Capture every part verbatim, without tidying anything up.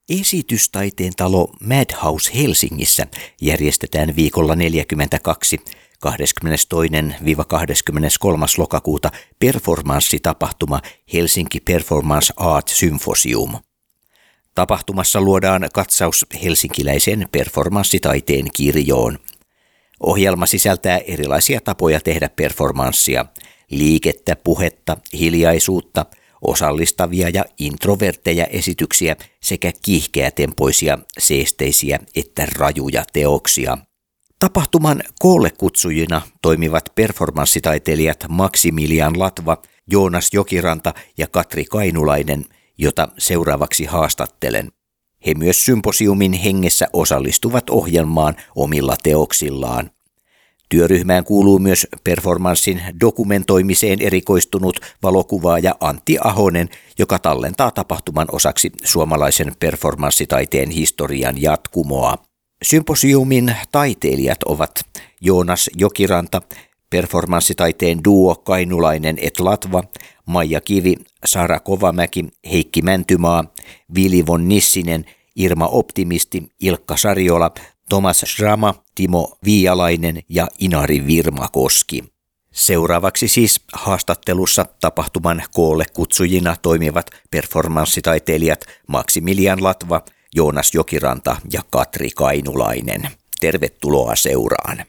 Esitystaiteen talo Madhouse Helsingissä järjestetään viikolla neljäkymmentäkaksi kahdeskymmenestoinen kahdeskymmeneskolmas lokakuuta performanssitapahtuma Helsinki Performance Art Symposium. Tapahtumassa luodaan katsaus helsinkiläisen performanssitaiteen kirjoon. Ohjelma sisältää erilaisia tapoja tehdä performanssia, liikettä, puhetta, hiljaisuutta, osallistavia ja introvertteja esityksiä sekä kiihkeätempoisia, seesteisiä että rajuja teoksia. Tapahtuman koolle kutsujina toimivat performanssitaiteilijat Maximilian Latva, Joonas Jokiranta ja Katri Kainulainen, jota seuraavaksi haastattelen. He myös symposiumin hengessä osallistuvat ohjelmaan omilla teoksillaan. Työryhmään kuuluu myös performanssin dokumentoimiseen erikoistunut valokuvaaja Antti Ahonen, joka tallentaa tapahtuman osaksi suomalaisen performanssitaiteen historian jatkumoa. Symposiumin taiteilijat ovat Joonas Jokiranta, performanssitaiteen duo Kainulainen et Latva, Maija Kivi, Sara Kovamäki, Heikki Mäntymaa, Vili von Nissinen, Irma Optimisti, Ilkka Sariola, Thomas Shrama, Timo Viialainen ja Inari Virmakoski. Seuraavaksi siis haastattelussa tapahtuman koolle kutsujina toimivat performanssitaiteilijat Maximilian Latva, Joonas Jokiranta ja Katri Kainulainen. Tervetuloa seuraan.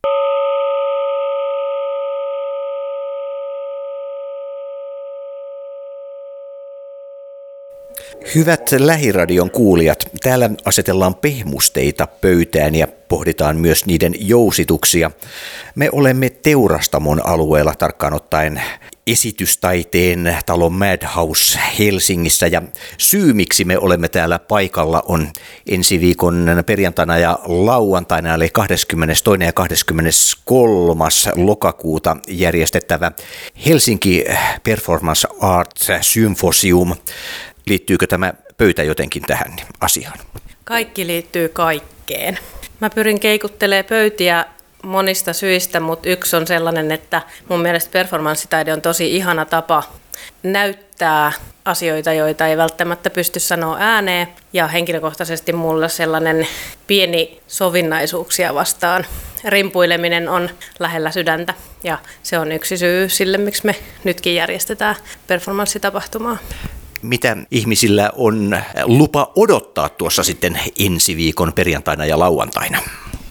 Hyvät Lähiradion kuulijat, täällä asetellaan pehmusteita pöytään ja pohditaan myös niiden jousituksia. Me olemme Teurastamon alueella, tarkkaan ottaen esitystaiteen talo Madhouse Helsingissä, ja syy miksi me olemme täällä paikalla on ensi viikon perjantaina ja lauantaina eli kahdeskymmenestoinen ja kahdeskymmeneskolmas lokakuuta järjestettävä Helsinki Performance Art Symposium. Liittyykö tämä pöytä jotenkin tähän asiaan? Kaikki liittyy kaikkeen. Mä pyrin keikuttelemaan pöytiä monista syistä, mutta yksi on sellainen, että mun mielestä performanssitaide on tosi ihana tapa näyttää asioita, joita ei välttämättä pysty sanoa ääneen. Ja henkilökohtaisesti mulla sellainen pieni sovinnaisuuksia vastaan rimpuileminen on lähellä sydäntä. Ja se on yksi syy sille, miksi me nytkin järjestetään performanssitapahtumaa. Mitä ihmisillä on lupa odottaa tuossa sitten ensi viikon perjantaina ja lauantaina?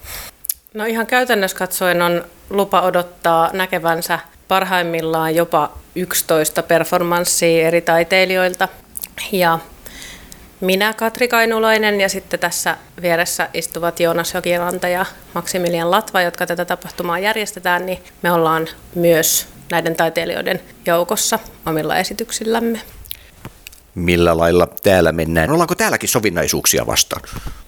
No ihan käytännössä katsoen on lupa odottaa näkevänsä parhaimmillaan jopa yksitoista performanssia eri taiteilijoilta. Ja minä, Katri Kainulainen, ja sitten tässä vieressä istuvat Joonas Jokiranta ja Maximilian Latva, jotka tätä tapahtumaa järjestetään, niin me ollaan myös näiden taiteilijoiden joukossa omilla esityksillämme. Millä lailla täällä mennään? Ollaanko täälläkin sovinnaisuuksia vastaan?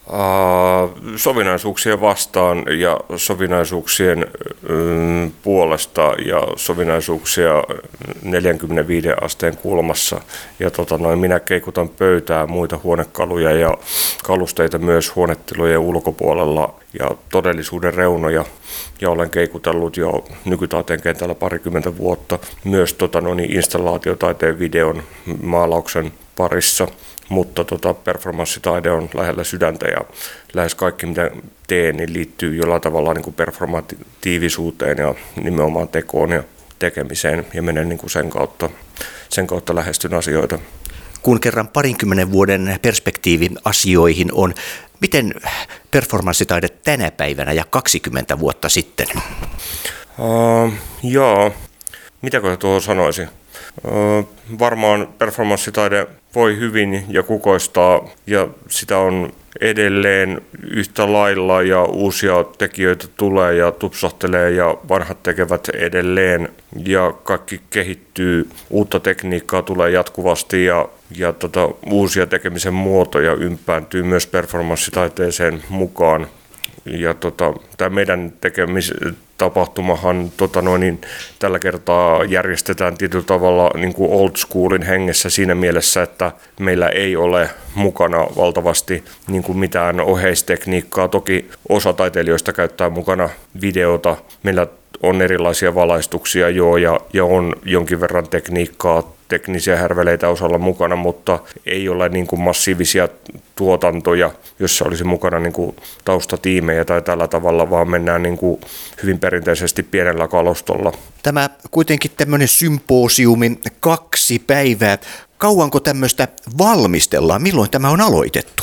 Uh, sovinnaisuuksia vastaan ja sovinnaisuuksien mm, puolesta ja sovinnaisuuksia neljänkymmenenviiden asteen kulmassa. Ja tota noin, minä keikutan pöytää, muita huonekaluja ja kalusteita myös huonetilojen ulkopuolella ja todellisuuden reunoja. Ja olen keikutellut jo nykytaiteen kentällä parikymmentä vuotta myös tota noin, installaatiotaiteen videon maalauksen parissa. Mutta tota, performanssitaide on lähellä sydäntä ja lähes kaikki mitä teen niin liittyy jollain tavalla niin kuin performatiivisuuteen ja nimenomaan tekoon ja tekemiseen ja menen niin kuin sen kautta, sen kautta lähestyn asioita. Kun kerran parinkymmenen vuoden perspektiivi asioihin on, miten performanssitaide tänä päivänä ja kaksikymmentä vuotta sitten? Uh, joo, mitäkö tuohon sanoisi? Uh, varmaan performanssitaide voi hyvin ja kukoistaa ja sitä on edelleen yhtä lailla ja uusia tekijöitä tulee ja tupsahtelee ja vanhat tekevät edelleen ja kaikki kehittyy, uutta tekniikkaa tulee jatkuvasti ja, ja tota, uusia tekemisen muotoja ympääntyy myös performanssitaiteeseen mukaan. Ja tota, tämä meidän tekemistapahtumahan tota noin, niin, tällä kertaa järjestetään tietyllä tavalla niin kuin old schoolin hengessä siinä mielessä, että meillä ei ole mukana valtavasti niin kuin mitään oheistekniikkaa. Toki osa taiteilijoista käyttää mukana videota. Meillä on erilaisia valaistuksia jo ja, ja on jonkin verran tekniikkaa, teknisiä härveleitä osalla mukana, mutta ei ole niin kuin massiivisia tuotantoja, jossa olisi mukana niin kuin taustatiimejä tai tällä tavalla, vaan mennään niin kuin hyvin perinteisesti pienellä kalustolla. Tämä kuitenkin tämmöinen symposiumi kaksi päivää. Kauanko tämmöistä valmistellaan? Milloin tämä on aloitettu?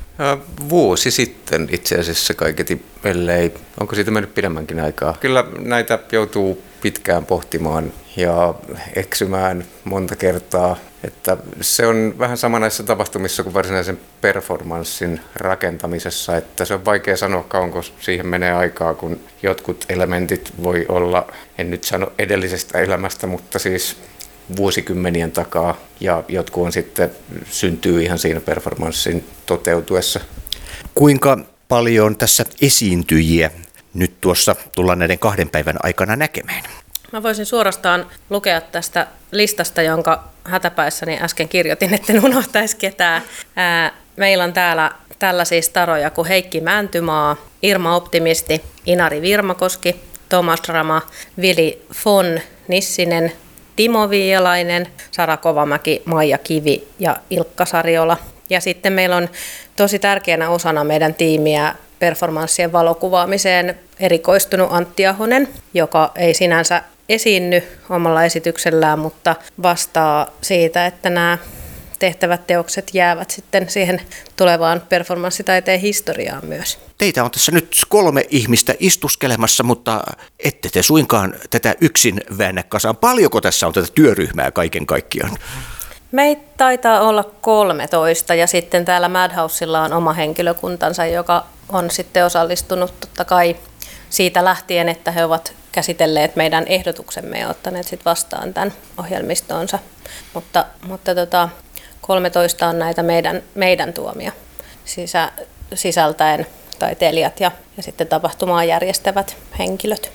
Vuosi sitten itse asiassa kaiketi, ellei, onko siitä mennyt pidemmänkin aikaa. Kyllä näitä joutuu pitkään pohtimaan ja eksymään monta kertaa, että se on vähän sama näissä tapahtumissa kuin varsinaisen performanssin rakentamisessa, että se on vaikea sanoa kauanko siihen menee aikaa, kun jotkut elementit voi olla, en nyt sano edellisestä elämästä, mutta siis vuosikymmenien takaa ja jotkut on sitten syntyy ihan siinä performanssin toteutuessa. Kuinka paljon tässä esiintyjiä nyt tuossa tullaan näiden kahden päivän aikana näkemään? Mä voisin suorastaan lukea tästä listasta, jonka hätäpäissäni äsken kirjoitin, etten unohtaisi ketään. Ää, meillä on täällä tällaisia staroja kuin Heikki Mäntymaa, Irma Optimisti, Inari Virmakoski, Thomas Rama, Vili von Nissinen, Timo Viialainen, Sara Kovamäki, Maija Kivi ja Ilkka Sariola. Ja sitten meillä on tosi tärkeänä osana meidän tiimiä performanssien valokuvaamiseen erikoistunut Antti Ahonen, joka ei sinänsä esiinny omalla esityksellään, mutta vastaa siitä, että nämä tehtävät teokset jäävät sitten siihen tulevaan performanssitaiteen historiaan myös. Teitä on tässä nyt kolme ihmistä istuskelemassa, mutta ette te suinkaan tätä yksin väännä kasaan. Paljonko tässä on tätä työryhmää kaiken kaikkiaan? Meitä taitaa olla kolmetoista ja sitten täällä Madhousella on oma henkilökuntansa, joka on sitten osallistunut totta kai siitä lähtien, että he ovat käsitelleet meidän ehdotuksemme ja ottaneet sitten vastaan tämän ohjelmistonsa. Mutta, mutta tota, kolmetoista on näitä meidän, meidän tuomia sisä, sisältäen taiteilijat ja, ja sitten tapahtumaa järjestävät henkilöt.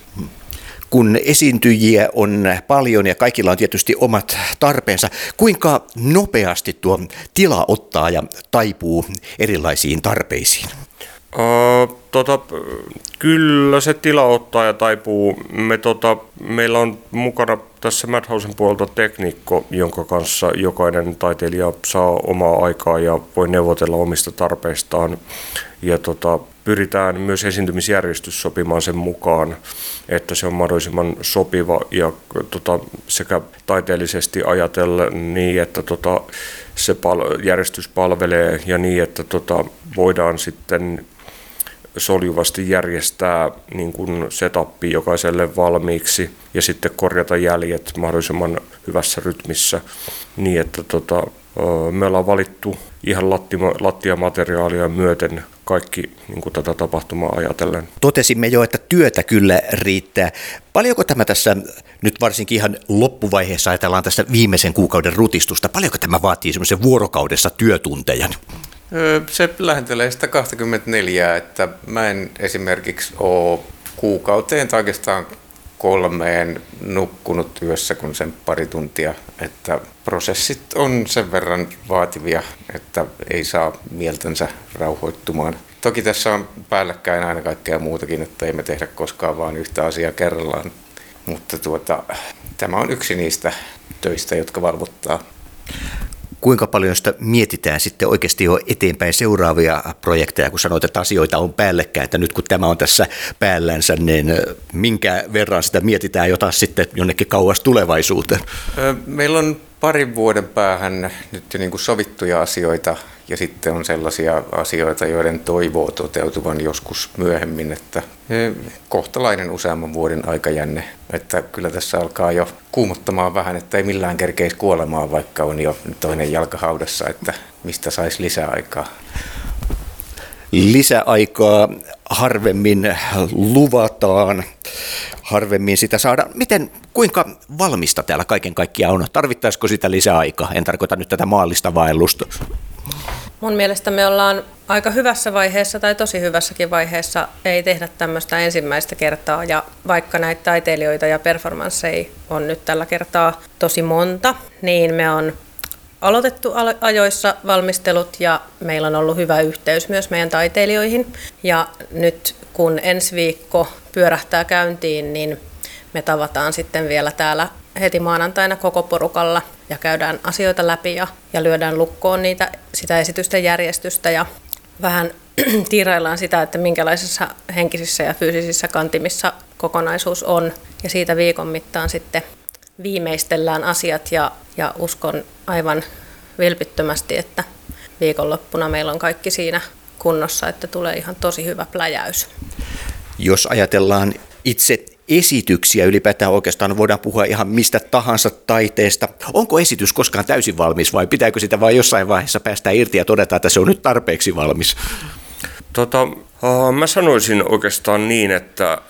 Kun esiintyjiä on paljon ja kaikilla on tietysti omat tarpeensa, kuinka nopeasti tuo tila ottaa ja taipuu erilaisiin tarpeisiin? Uh, tota, kyllä se tila ottaa ja taipuu. Me, tota, meillä on mukana tässä Madhousen puolelta tekniikko, jonka kanssa jokainen taiteilija saa omaa aikaa ja voi neuvotella omista tarpeistaan. Ja tota, pyritään myös esiintymisjärjestys sopimaan sen mukaan, että se on mahdollisimman sopiva ja tota, sekä taiteellisesti ajatella niin, että tota, se pal- järjestys palvelee ja niin, että tota, voidaan sitten soljuvasti järjestää niin kuin setupi jokaiselle valmiiksi ja sitten korjata jäljet mahdollisimman hyvässä rytmissä niin, että tota, me ollaan valittu ihan lattiamateriaalia myöten kaikki niin kuin tätä tapahtumaa ajatellen. Totesimme jo, että työtä kyllä riittää. Paljonko tämä tässä nyt varsinkin ihan loppuvaiheessa ajatellaan tässä viimeisen kuukauden rutistusta, paljonko tämä vaatii semmoisen vuorokaudessa työtunteja? Se lähentelee sitä kaksikymmentäneljä, että mä en esimerkiksi ole kuukauteen tai oikeastaan kolmeen nukkunut yössä kuin sen pari tuntia, että prosessit on sen verran vaativia, että ei saa mieltänsä rauhoittumaan. Toki tässä on päällekkäin aina kaikkea muutakin, että ei me tehdä koskaan vaan yhtä asiaa kerrallaan, mutta tuota, tämä on yksi niistä töistä, jotka valvottaa. Kuinka paljon sitä mietitään sitten oikeasti jo eteenpäin seuraavia projekteja, kun sanoit, että asioita on päällekkäin, että nyt kun tämä on tässä päällänsä, niin minkä verran sitä mietitään jo taas sitten jonnekin kauas tulevaisuuteen? Meillä on parin vuoden päähän nyt jo niin kuin sovittuja asioita ja sitten on sellaisia asioita, joiden toivoo toteutuvan joskus myöhemmin, että kohtalainen useamman vuoden aikajänne, että kyllä tässä alkaa jo kuumottamaan vähän, että ei millään kerkeisi kuolemaan, vaikka on jo toinen jalka haudassa, että mistä saisi lisäaikaa. Lisäaikaa harvemmin luvataan, harvemmin sitä saadaan. Miten, kuinka valmista täällä kaiken kaikkiaan on? Tarvittaisiko sitä lisäaikaa? En tarkoita nyt tätä maallista vaellusta. Mun mielestä me ollaan aika hyvässä vaiheessa tai tosi hyvässäkin vaiheessa. Ei tehdä tämmöistä ensimmäistä kertaa ja vaikka näitä taiteilijoita ja performansseja on nyt tällä kertaa tosi monta, niin me on aloitettu ajoissa valmistelut ja meillä on ollut hyvä yhteys myös meidän taiteilijoihin. Ja nyt kun ensi viikko pyörähtää käyntiin, niin me tavataan sitten vielä täällä heti maanantaina koko porukalla ja käydään asioita läpi ja, ja lyödään lukkoon niitä, sitä esitysten järjestystä ja vähän tiiraillaan sitä, että minkälaisissa henkisissä ja fyysisissä kantimissa kokonaisuus on. Ja siitä viikon mittaan sitten viimeistellään asiat ja, ja uskon aivan vilpittömästi, että viikonloppuna meillä on kaikki siinä kunnossa, että tulee ihan tosi hyvä pläjäys. Jos ajatellaan itse esityksiä ylipäätään, oikeastaan voidaan puhua ihan mistä tahansa taiteesta. Onko esitys koskaan täysin valmis vai pitääkö sitä vain jossain vaiheessa päästää irti ja todeta, että se on nyt tarpeeksi valmis? Tota, uh, mä sanoisin oikeastaan niin, että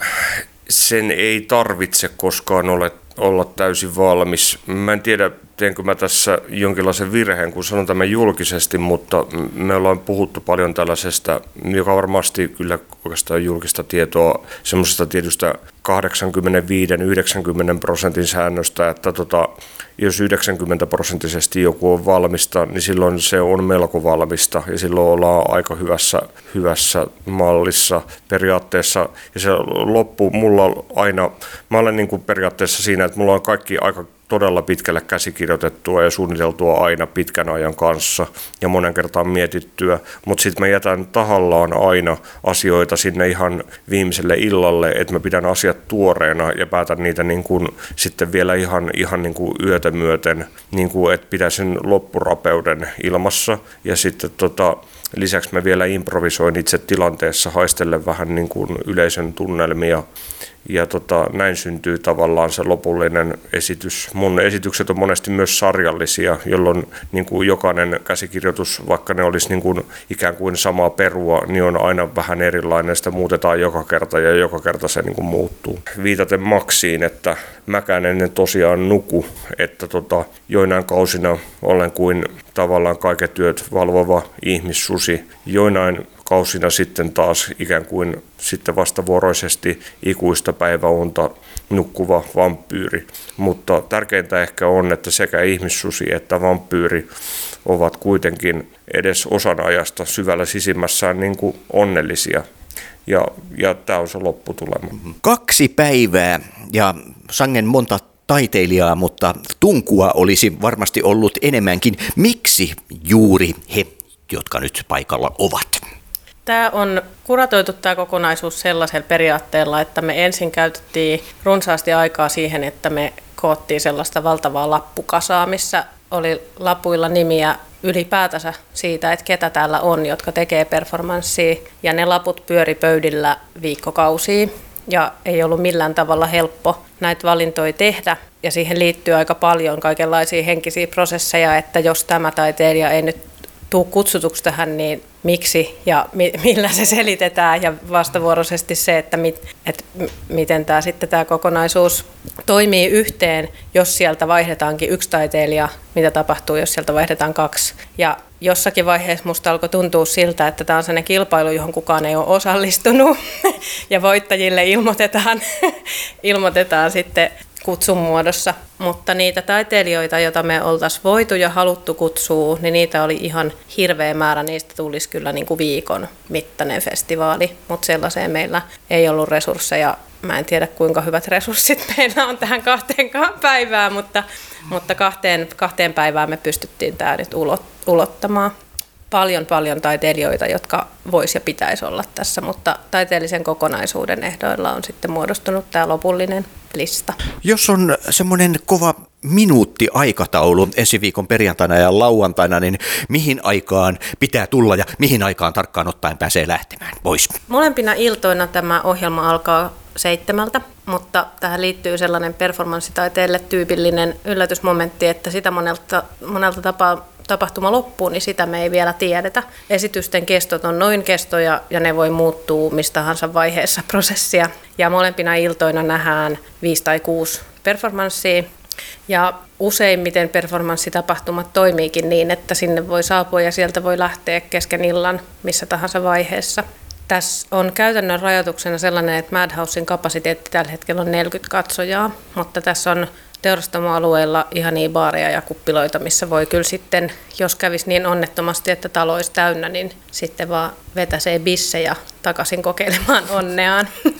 sen ei tarvitse koskaan ole, olla täysin valmis. Mä en tiedä, teenkö mä tässä jonkinlaisen virheen, kun sanon tämän julkisesti, mutta me ollaan puhuttu paljon tällaisesta, joka varmasti kyllä oikeastaan julkista tietoa, semmoisesta tietystä kahdeksankymmentäviisi yhdeksänkymmentä prosentin säännöstä, että tota, jos yhdeksänkymmentä prosenttisesti joku on valmista, niin silloin se on melko valmista ja silloin ollaan aika hyvässä, hyvässä mallissa periaatteessa. Ja se loppu mulla aina, mä olen niin kuin periaatteessa siinä, että mulla on kaikki aika todella pitkälle käsikirjoitettua ja suunniteltua aina pitkän ajan kanssa ja monen kertaan mietittyä, mutta sitten mä jätän tahallaan aina asioita sinne ihan viimeiselle illalle, että mä pidän asiat tuoreena ja päätän niitä niin kuin sitten vielä ihan, ihan niin kuin yötä myöten, niin kuin, että pitäisin loppurapeuden ilmassa ja sitten tota, lisäksi mä vielä improvisoin itse tilanteessa, haistellen vähän niin kuin yleisön tunnelmia. Ja tota, näin syntyy tavallaan se lopullinen esitys. Mun esitykset on monesti myös sarjallisia, jolloin niin kuin jokainen käsikirjoitus, vaikka ne olisi niin kuin ikään kuin samaa perua, niin on aina vähän erilainen. Sitä muutetaan joka kerta ja joka kerta se niin kuin muuttuu. Viitaten Maxiin, että mäkään en tosiaan nuku, että tota, joinain kausina olen kuin tavallaan kaiket työt valvova ihmissusi, joinain kausina sitten taas ikään kuin sitten vastavuoroisesti ikuista päiväunta nukkuva vampyyri. Mutta tärkeintä ehkä on, että sekä ihmissusi että vampyyri ovat kuitenkin edes osan ajasta syvällä sisimmässään niin kuin onnellisia. Ja, ja tämä on se lopputulema. Kaksi päivää ja sangen monta taiteilijaa, mutta tunkua olisi varmasti ollut enemmänkin. Miksi juuri he, jotka nyt paikalla ovat? Tämä on kuratoitu tämä kokonaisuus sellaisella periaatteella, että me ensin käytettiin runsaasti aikaa siihen, että me koottiin sellaista valtavaa lappukasaa, missä oli lapuilla nimiä ylipäätänsä siitä, että ketä täällä on, jotka tekee performanssia. Ja ne laput pyöri pöydillä viikkokausia ja ei ollut millään tavalla helppo näitä valintoja tehdä. Ja siihen liittyy aika paljon kaikenlaisia henkisiä prosesseja, että jos tämä taiteilija ei nyt tuu kutsutuksi tähän, niin miksi ja mi- millä se selitetään ja vastavuoroisesti se, että, mit, et m- miten tämä sitten tämä kokonaisuus toimii yhteen, jos sieltä vaihdetaankin yksi taiteilija, mitä tapahtuu, jos sieltä vaihdetaan kaksi. Ja jossakin vaiheessa musta alkoi tuntua siltä, että tämä on sellainen kilpailu, johon kukaan ei ole osallistunut ja voittajille ilmoitetaan, ilmoitetaan sitten kutsun muodossa, mutta niitä taiteilijoita, joita me oltaisiin voitu ja haluttu kutsua, niin niitä oli ihan hirveä määrä, niistä tulisi kyllä niin kuin viikon mittainen festivaali, mutta sellaiseen meillä ei ollut resursseja. Mä en tiedä, kuinka hyvät resurssit meillä on tähän kahteen päivään, mutta, mutta kahteen, kahteen päivään me pystyttiin tämä nyt ulottamaan. Paljon, paljon taiteilijoita, jotka vois ja pitäisi olla tässä, mutta taiteellisen kokonaisuuden ehdoilla on sitten muodostunut tämä lopullinen lista. Jos on semmoinen kova minuuttiaikataulu ensi viikon perjantaina ja lauantaina, niin mihin aikaan pitää tulla ja mihin aikaan tarkkaan ottaen pääsee lähtemään pois? Molempina iltoina tämä ohjelma alkaa seitsemältä, mutta tähän liittyy sellainen performanssitaiteelle tyypillinen yllätysmomentti, että sitä monelta, monelta tapaa tapahtuma loppuu, niin sitä me ei vielä tiedetä. Esitysten kestot on noin kestoja ja ne voi muuttua mistä tahansa vaiheessa prosessia. Ja molempina iltoina nähdään viisi tai kuusi performanssia. Ja useimmiten performanssitapahtumat toimiikin niin, että sinne voi saapua ja sieltä voi lähteä kesken illan missä tahansa vaiheessa. Tässä on käytännön rajoituksena sellainen, että Madhousen kapasiteetti tällä hetkellä on neljäkymmentä katsojaa, mutta tässä on teurastamoalueella ihania baareja ja kuppiloita, missä voi kyllä sitten, jos kävisi niin onnettomasti, että talo olisi täynnä, niin sitten vaan vetäsee bissejä takaisin kokeilemaan onneaan.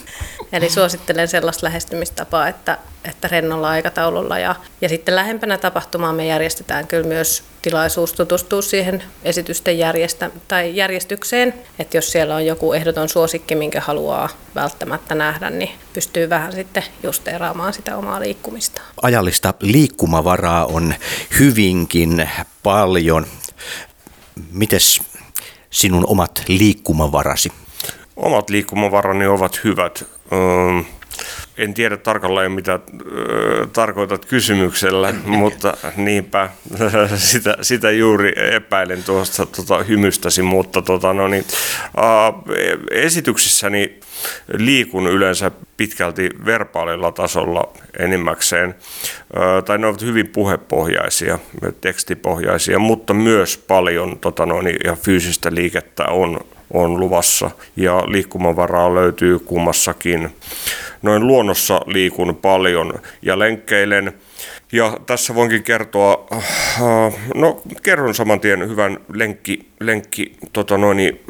Eli suosittelen sellaista lähestymistapaa, että, että rennolla aikataululla. Ja, ja sitten lähempänä tapahtumaa me järjestetään kyllä myös tilaisuus tutustua siihen esitysten järjestä, tai järjestykseen. Että jos siellä on joku ehdoton suosikki, minkä haluaa välttämättä nähdä, niin pystyy vähän sitten justeeraamaan sitä omaa liikkumista. Ajallista liikkumavaraa on hyvinkin paljon. Mites sinun omat liikkumavarasi? Omat liikkumavarani ovat hyvät. En tiedä tarkalleen, mitä tarkoitat kysymyksellä, mutta niinpä sitä, sitä juuri epäilen tuosta tota, hymystäsi, mutta tota, no niin, esityksissäni liikun yleensä pitkälti verbaalilla tasolla enimmäkseen, tai ne ovat hyvin puhepohjaisia, tekstipohjaisia, mutta myös paljon tota, no niin, ja fyysistä liikettä on on luvassa ja liikkumavaraa löytyy kummassakin. Noin luonnossa liikun paljon ja lenkkeilen. Ja tässä voinkin kertoa, no kerron saman tien hyvän lenkki, lenkki tota noin,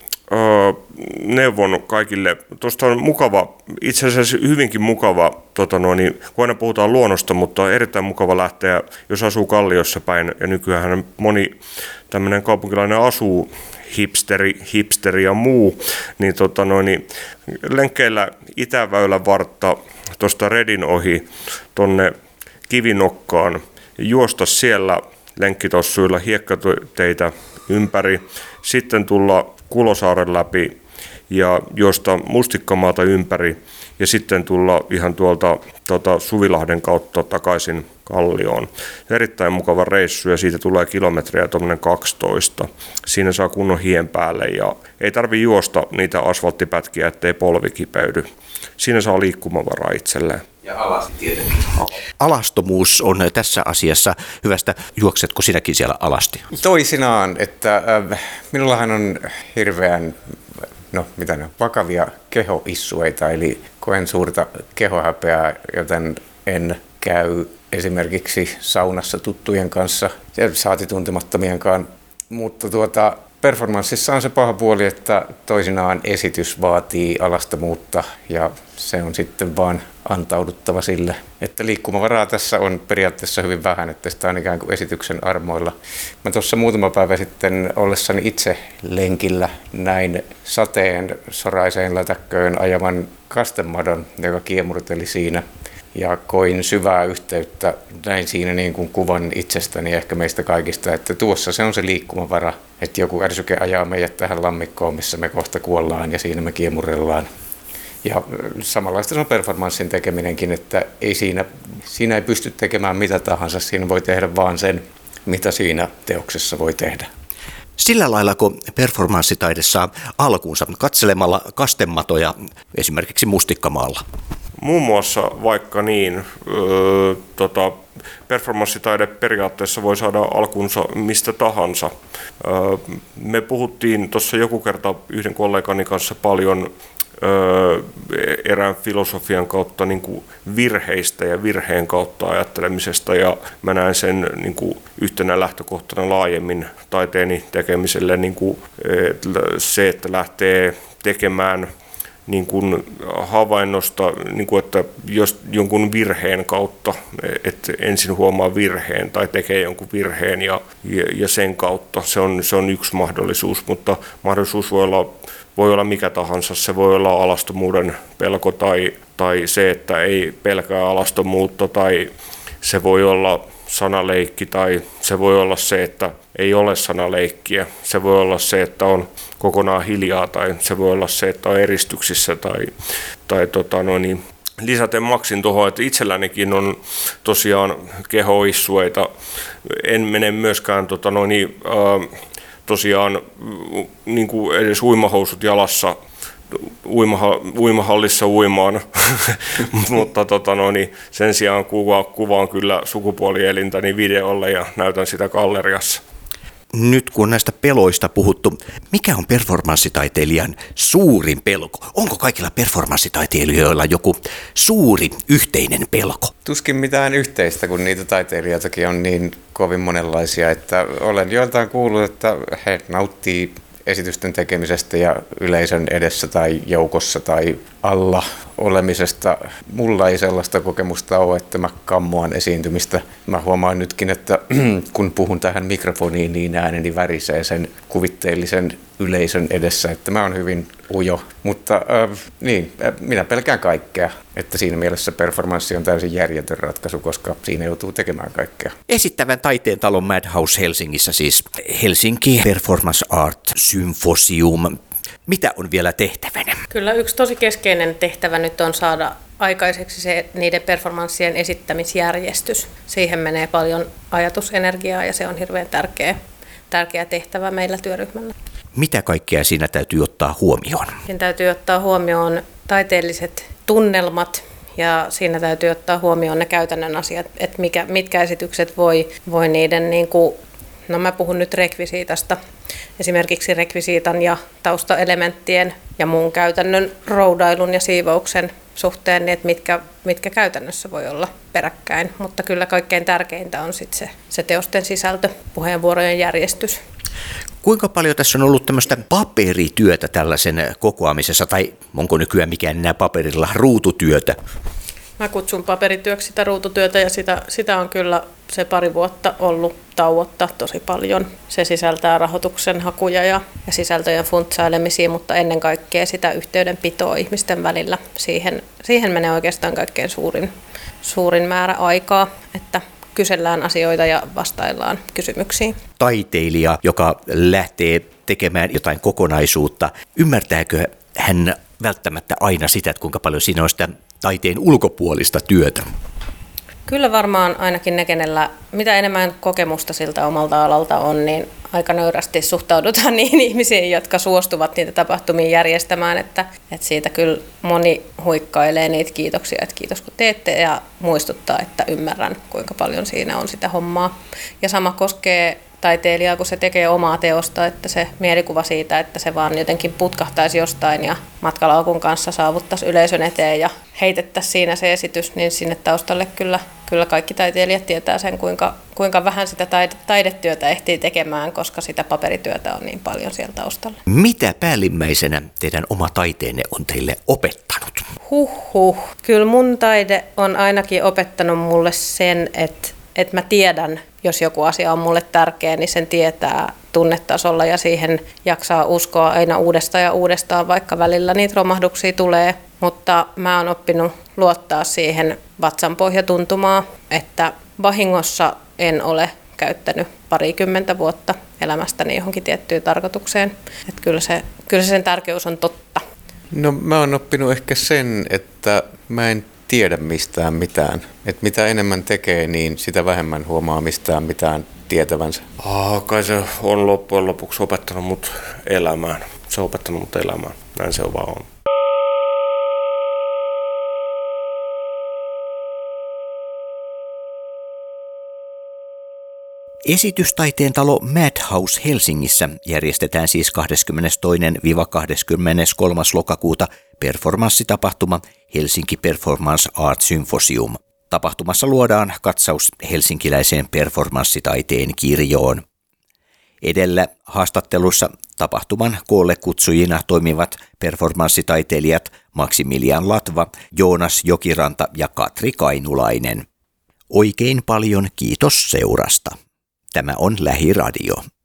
neuvon kaikille. Tuosta on mukava, itse asiassa hyvinkin mukava, tota noin, kun aina puhutaan luonnosta, mutta on erittäin mukava lähteä, jos asuu Kalliossa päin, ja nykyään moni tämmöinen kaupunkilainen asuu, hipsteri, hipsteri ja muu, niin, tota noin, lenkkeillä Itäväylän vartta tuosta Redin ohi tonne Kivinokkaan, juosta siellä lenkkitossuilla hiekkateitä ympäri, sitten tulla Kulosaaren läpi ja juosta Mustikkamaata ympäri ja sitten tulla ihan tuolta tuota, Suvilahden kautta takaisin Kallioon. Erittäin mukava reissu ja siitä tulee kilometriä tuommoinen kaksitoista. Siinä saa kunnon hien päälle ja ei tarvitse juosta niitä asfalttipätkiä, ettei polvi kipeydy. Siinä saa liikkumavaraa itselleen. Ja alasti tietenkin. Alastomuus on tässä asiassa hyvästä. Juoksetko sinäkin siellä alasti? Toisinaan, että äh, minullahan on hirveän no, mitä ne, vakavia kehoissueita, eli koen suurta kehohäpeää, joten en käy esimerkiksi saunassa tuttujen kanssa, saati tuntemattomienkaan, mutta tuota, performanssissa on se paha puoli, että toisinaan esitys vaatii alastomuutta ja se on sitten vaan antauduttava sille, että liikkumavaraa tässä on periaatteessa hyvin vähän, että sitä on ikään kuin esityksen armoilla. Mä tuossa muutama päivä sitten ollessani itse lenkillä näin sateen soraiseen lätäkköön ajavan kastemadon, joka kiemurteli siinä. Ja koin syvää yhteyttä, näin siinä niin kuin kuvan itsestäni ehkä meistä kaikista, että tuossa se on se liikkumavara, että joku ärsyke ajaa meidät tähän lammikkoon, missä me kohta kuollaan ja siinä me kiemurrellaan. Ja samanlaista se on performanssin tekeminenkin, että ei siinä, siinä ei pysty tekemään mitä tahansa, siinä voi tehdä vaan sen, mitä siinä teoksessa voi tehdä. Sillä lailla, kun performanssitaide saa alkuunsa katselemalla kastematoja esimerkiksi Mustikkamaalla. Muun muassa vaikka niin, öö, tota, performanssitaide periaatteessa voi saada alkunsa mistä tahansa. Öö, me puhuttiin tuossa joku kerta yhden kollegani kanssa paljon öö, erään filosofian kautta niin kuin virheistä ja virheen kautta ajattelemisesta, ja mä näen sen niin kuin yhtenä lähtökohtana laajemmin taiteeni tekemiselle niin kuin, se, että lähtee tekemään niin kuin havainnosta, niin kuin että jos jonkun virheen kautta, että ensin huomaa virheen tai tekee jonkun virheen ja, ja sen kautta, se on, se on yksi mahdollisuus, mutta mahdollisuus voi olla, voi olla mikä tahansa, se voi olla alastomuuden pelko tai, tai se, että ei pelkää alastomuutta, tai se voi olla sanaleikki, tai se voi olla se, että ei ole sanaleikkiä, se voi olla se, että on kokonaan hiljaa, tai se voi olla se, että on eristyksissä, tai, tai tota, no niin, lisäten maksin tuohon, että itsellänikin on tosiaan kehoissueita, en mene myöskään tota, no niin, äh, tosiaan niin kuin edes uimahousut jalassa uimaha, uimahallissa uimaan, mutta tota, no niin, sen sijaan kuva, kuvaan kyllä sukupuolielintäni videolle ja näytän sitä galleriassa. Nyt kun on näistä peloista puhuttu, mikä on performanssitaiteilijan suurin pelko? Onko kaikilla performanssitaiteilijoilla joku suuri yhteinen pelko? Tuskin mitään yhteistä, kun niitä taiteilijoitakin on niin kovin monenlaisia, että olen joiltain kuullut, että he nauttii esitysten tekemisestä ja yleisön edessä tai joukossa tai alla olemisesta. Mulla ei sellaista kokemusta ole, että mä kammoan esiintymistä. Mä huomaan nytkin, että kun puhun tähän mikrofoniin, niin ääneni värisee sen kuvitteellisen yleisön edessä, että mä oon hyvin ujo. Mutta äh, niin, äh, minä pelkään kaikkea, että siinä mielessä performanssi on täysin järjetön ratkaisu, koska siinä joutuu tekemään kaikkea. Esittävän taiteen talon Madhouse Helsingissä siis Helsinki Performance Art Symposium. Mitä on vielä tehtävänä? Kyllä yksi tosi keskeinen tehtävä nyt on saada aikaiseksi se niiden performanssien esittämisjärjestys. Siihen menee paljon ajatusenergiaa ja se on hirveän tärkeä, tärkeä tehtävä meillä työryhmällä. Mitä kaikkea siinä täytyy ottaa huomioon? Siinä täytyy ottaa huomioon taiteelliset tunnelmat ja siinä täytyy ottaa huomioon ne käytännön asiat, että mikä, mitkä esitykset voi, voi niiden, niin kuin, no mä puhun nyt rekvisiitasta, esimerkiksi rekvisiitan ja taustaelementtien ja muun käytännön roudailun ja siivouksen suhteen, niin että mitkä, mitkä käytännössä voi olla peräkkäin, mutta kyllä kaikkein tärkeintä on sit se, se teosten sisältö, puheenvuorojen järjestys. Kuinka paljon tässä on ollut tämmöistä paperityötä tällaisen kokoamisessa, tai onko nykyään mikään enää paperilla ruututyötä? Mä kutsun paperityöksi sitä ruututyötä ja sitä, sitä on kyllä se pari vuotta ollut tauotta tosi paljon. Se sisältää rahoituksen hakuja ja, ja sisältöjen funtsailemisia, mutta ennen kaikkea sitä yhteydenpitoa ihmisten välillä. Siihen, siihen menee oikeastaan kaikkein suurin, suurin määrä aikaa, että kysellään asioita ja vastaillaan kysymyksiin. Taiteilija, joka lähtee tekemään jotain kokonaisuutta, ymmärtääkö hän välttämättä aina sitä, että kuinka paljon siinä on sitä taiteen ulkopuolista työtä? Kyllä varmaan ainakin ne, kenellä mitä enemmän kokemusta siltä omalta alalta on, niin aika nöyrästi suhtaudutaan niihin ihmisiin, jotka suostuvat niitä tapahtumia järjestämään, että, että siitä kyllä moni huikkailee niitä kiitoksia, että kiitos kun teette ja muistuttaa, että ymmärrän kuinka paljon siinä on sitä hommaa. Ja sama koskee taiteilijaa, kun se tekee omaa teosta, että se mielikuva siitä, että se vaan jotenkin putkahtaisi jostain ja matkalaukun kanssa saavuttaisi yleisön eteen ja heitettäisiin siinä se esitys, niin sinne taustalle kyllä, kyllä kaikki taiteilijat tietää sen, kuinka, kuinka vähän sitä taide, taidetyötä ehtii tekemään, koska sitä paperityötä on niin paljon siellä taustalla. Mitä päällimmäisenä teidän oma taiteenne on teille opettanut? Huhhuh. Kyllä mun taide on ainakin opettanut mulle sen, että, että mä tiedän, jos joku asia on mulle tärkeä, niin sen tietää tunnetasolla ja siihen jaksaa uskoa aina uudestaan ja uudestaan, vaikka välillä niitä romahduksia tulee. Mutta mä oon oppinut luottaa siihen vatsanpohjatuntumaan, että vahingossa en ole käyttänyt parikymmentä vuotta elämästäni johonkin tiettyyn tarkoitukseen. Että kyllä se, kyllä se sen tärkeys on totta. No mä oon oppinut ehkä sen, että mä en tiedä mistään mitään. Että mitä enemmän tekee, niin sitä vähemmän huomaa mistään mitään tietävänsä. Ah, kai se on loppujen lopuksi opettanut mut elämään. Se on opettanut mut elämään. Näin se vaan on. Esitystaiteen talo Madhouse Helsingissä järjestetään siis kahdeskymmenestoinen kahdeskymmeneskolmas lokakuuta performanssitapahtuma Helsinki Performance Art Symposium. Tapahtumassa luodaan katsaus helsinkiläiseen performanssitaiteen kirjoon. Edellä haastattelussa tapahtuman koolle kutsujina toimivat performanssitaiteilijat Maximilian Latva, Joonas Jokiranta ja Katri Kainulainen. Oikein paljon kiitos seurasta. Tämä on Lähiradio.